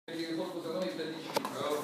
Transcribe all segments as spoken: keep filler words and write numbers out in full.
Concernant les planifiés. Alors,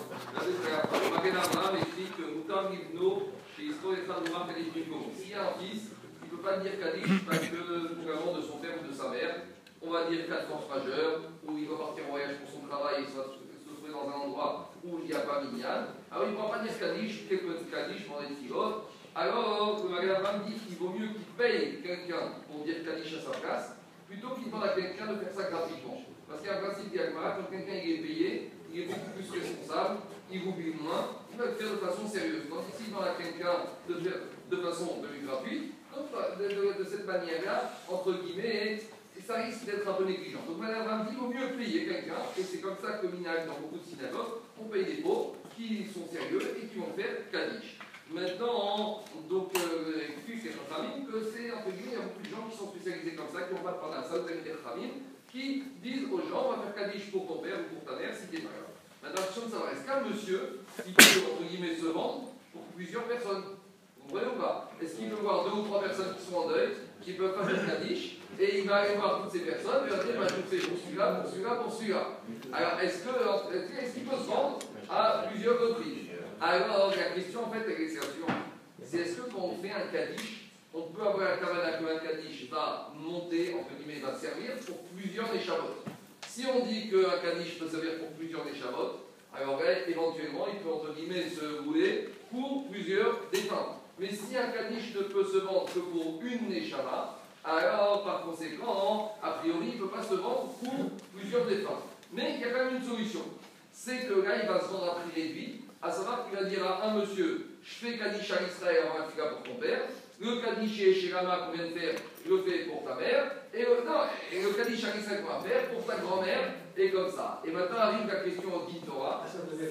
le Magen Avraham écrit que Moutar Livno, chez Israël et Khanoumar Kadishnikom. S'il y a un fils, il ne peut pas dire Kadish parce que, vraiment, de son père ou de sa mère, on va dire quatre forces majeures, où il va partir en voyage pour son travail et soit se trouver dans un endroit où il n'y a pas Minyan. Alors, il ne pourra pas dire Kadish, quelques Kadish pendant les Tfilotes. Alors, le Magen Avraham dit qu'il vaut mieux qu'il paye quelqu'un pour dire Kadish à sa place, plutôt qu'il demande à quelqu'un de faire ça gratuitement. Parce qu'il y a un principe d'Agmara, quand quelqu'un est payé, il est beaucoup plus responsable, il oublie moins, il va le faire de façon sérieuse. Tandis que s'il demande à quelqu'un de le faire de façon gratuite, de, de, de cette manière-là, entre guillemets, ça risque d'être un peu négligent. Donc Madame Ram dit qu'il vaut mieux payer quelqu'un, et c'est comme ça que Minag, dans beaucoup de synagogues, on paye des pauvres qui sont sérieux et qui vont faire Kaddish. Maintenant, donc, euh, explique les Chachamim que c'est, entre guillemets, il y a beaucoup de gens qui sont spécialisés comme ça, qui n'ont pas de parnassa, vous avez des Chachamim, qui disent aux gens, on va faire Kaddish pour ton père ou pour ta mère, si t'es pas grave. Maintenant, la question de savoir, est-ce qu'un monsieur, il peut, entre guillemets, se vendre pour plusieurs personnes? Vous comprenez ou pas? Est-ce qu'il peut voir deux ou trois personnes qui sont en deuil, qui ne peuvent pas faire Kaddish, et il va aller voir toutes ces personnes, et il va dire, bah, je le fais pour celui-là, pour celui-là, pour celui-là. Alors, est-ce que, est-ce qu'il peut se vendre à plusieurs reprises? Alors, la question, en fait, elle est la suivante. C'est est-ce que quand on fait un Kaddish, on peut avoir la kavana que un Kaddish va monter, entre guillemets, va servir pour plusieurs Neshamot. Si on dit qu'un Kaddish peut servir pour plusieurs Neshamot, alors là, éventuellement, il peut, entre guillemets, se rouler pour plusieurs défunts. Mais si un Kaddish ne peut se vendre que pour une Neshama, alors, par conséquent, a priori, il ne peut pas se vendre pour plusieurs défunts. Mais il y a quand même une solution. C'est que là, il va se vendre à prix réduit, à savoir qu'il va dire à un monsieur, je fais Kaddish à Israël en Afrika pour ton père, le Kaddish chez Rama qu'on vient de faire, je le fais pour ta mère, et le, non, et le Kaddish à Israël qu'on va faire pour ta grand-mère, et comme ça. Et maintenant arrive la question au Guitora.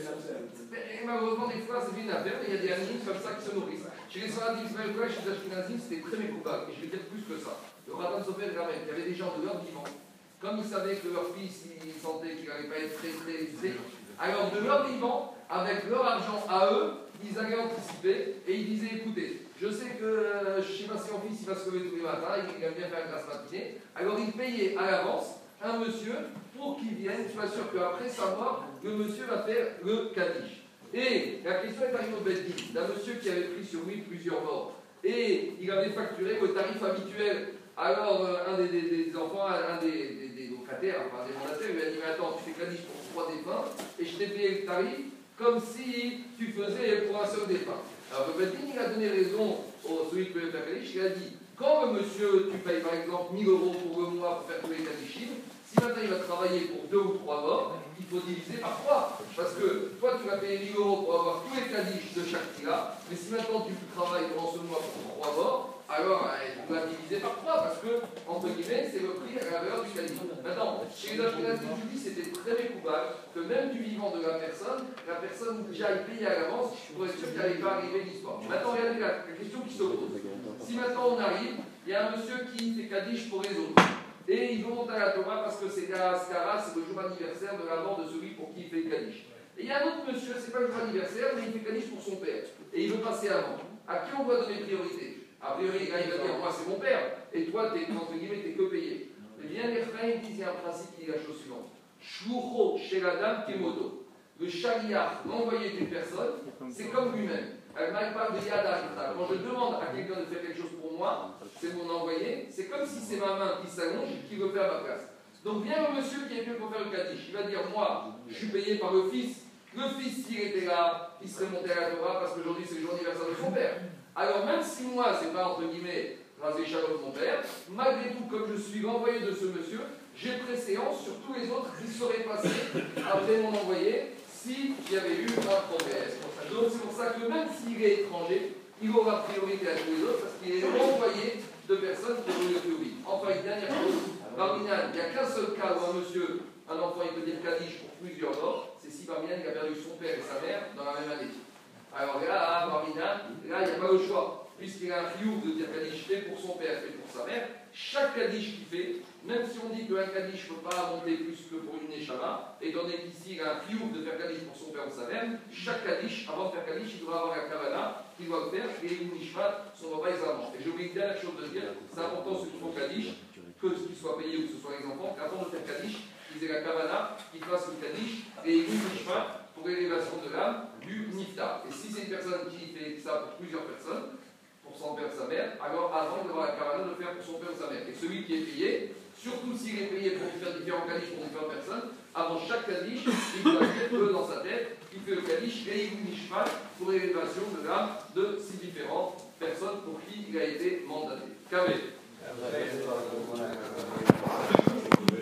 Et malheureusement, des fois, c'est une affaire, mais il y a des animes comme ça qui se nourrissent. Chez les Sfaradim, chez les Ashkenazim, c'était très mécoupable, et je vais dire plus que ça. Le Ratan Sofer ramène, il y avait des gens de leur vivant, comme ils savaient que leur fils, ils sentaient qu'il n'allait pas être très très élevé, alors de leur vivant, avec leur argent à eux, ils allaient anticiper et ils disaient écoutez, je sais que euh, je ne sais pas si mon fils il va se lever tous les matins, il aime bien faire une grasse matinée, alors ils payaient à l'avance un monsieur pour qu'il vienne, tu sûr qu'après sa mort, le monsieur va faire le Kaddish. Et la question est arrivée au Beddin d'un monsieur qui avait pris sur lui plusieurs morts et il avait facturé le tarif habituel. Alors euh, un des, des, des enfants, un des, des, des locataires, enfin des mandataires, lui a dit mais attends, tu fais Kaddish pour trois défunts et je t'ai payé le tarif comme si tu faisais pour un seul défunt. Alors le Beddin, il a donné raison au celui qui peut faire Kaddish, il a dit quand le monsieur, tu payes par exemple mille euros pour le mois pour faire tous les Kaddishim, si maintenant il va travailler pour deux ou trois morts, il faut diviser par trois. Parce que toi tu vas payer mille euros pour avoir tous les Kaddish de chaque tira, mais si maintenant tu travailles pendant ce mois pour trois morts, alors tu vas diviser par trois, parce que, entre guillemets, c'est le prix à la valeur du Kaddish. Maintenant, chez les Ashkenazim, je dis c'était très mécoupable que même du vivant de la personne, la personne déjà est payée à l'avance pour être sûr qu'elle n'allait pas arriver l'histoire. Maintenant, regardez la, la question qui se pose. Si maintenant on arrive, il y a un monsieur qui fait Kaddish pour les autres. Et il monte à la Torah parce que c'est la Askara, c'est le jour anniversaire de la mort de celui pour qui il fait le Kaddish. Et il y a un autre monsieur, c'est pas le jour anniversaire, mais il fait Kaddish pour son père. Et il veut passer avant. À qui on doit donner priorité? A priori, là, il va dire, moi c'est mon père, et toi, t'es, entre guillemets, t'es que payé. Eh bien, les frères disent, il y a un principe qui est la chose suivante. Shlucho chez la dame Kemodo. Le chariach, l'envoyé d'une personne, c'est comme lui-même. Elle parle de Yada. Quand je demande à quelqu'un de faire quelque chose pour moi, c'est mon envoyé, c'est comme si c'est ma main qui s'allonge et qui le fait à ma place. Donc vient le monsieur qui est venu pour faire le Kaddish, il va dire, moi, je suis payé par le fils. Le fils, s'il était là, il serait monté à la Torah parce qu'aujourd'hui c'est le jour anniversaire de son père. Alors même si moi, c'est pas entre guillemets, rasé Shalom mon père, malgré tout, comme je suis l'envoyé de ce monsieur, j'ai préséance sur tous les autres qui seraient passés après mon envoyé s'il y avait eu un problème. Donc c'est pour ça que même s'il est étranger, il aura priorité à tous les autres parce qu'il est l'envoyé de personnes qui ont eu le oui. Enfin, une dernière chose, Barminan, il n'y a qu'un seul cas où un monsieur, un enfant, il peut dire Kaddish pour plusieurs morts, c'est si Barminan il a perdu son père et sa mère dans la même année. Alors là, Barminan, là, il n'y a pas le choix. Puisqu'il a un chiour de dire Kaddish fait pour son père, fait pour sa mère, chaque Kaddish qu'il fait, même si on dit qu'un Kaddish ne peut pas monter plus que pour une Neshama, étant donné qu'ici il a un chiour de faire Kaddish pour son père ou sa mère, chaque Kaddish, avant de faire Kaddish, il doit avoir la Kavana qu'il doit le faire et une Nishmat, son repas aisément. Et j'ai oublié une dernière chose de dire, c'est important ceux qui font Kaddish, que ce qui soit payé ou que ce soit les enfants, qu'avant de faire Kaddish, qui c'est la Kavana, qui fasse le Kaddish, et une Nishma pour l'élévation de l'âme du Niftar. Et si c'est une personne qui fait ça pour plusieurs personnes, pour son père et sa mère, alors avant d'avoir la Kavana de le faire pour son père et sa mère. Et celui qui est payé, surtout s'il est payé pour faire différents Kaddish pour différentes personnes, avant chaque Kaddish, il doit dire que dans sa tête, il fait le Kaddish et une Nishma pour l'élévation de l'âme de six différentes personnes pour qui il a été mandaté. Kavé.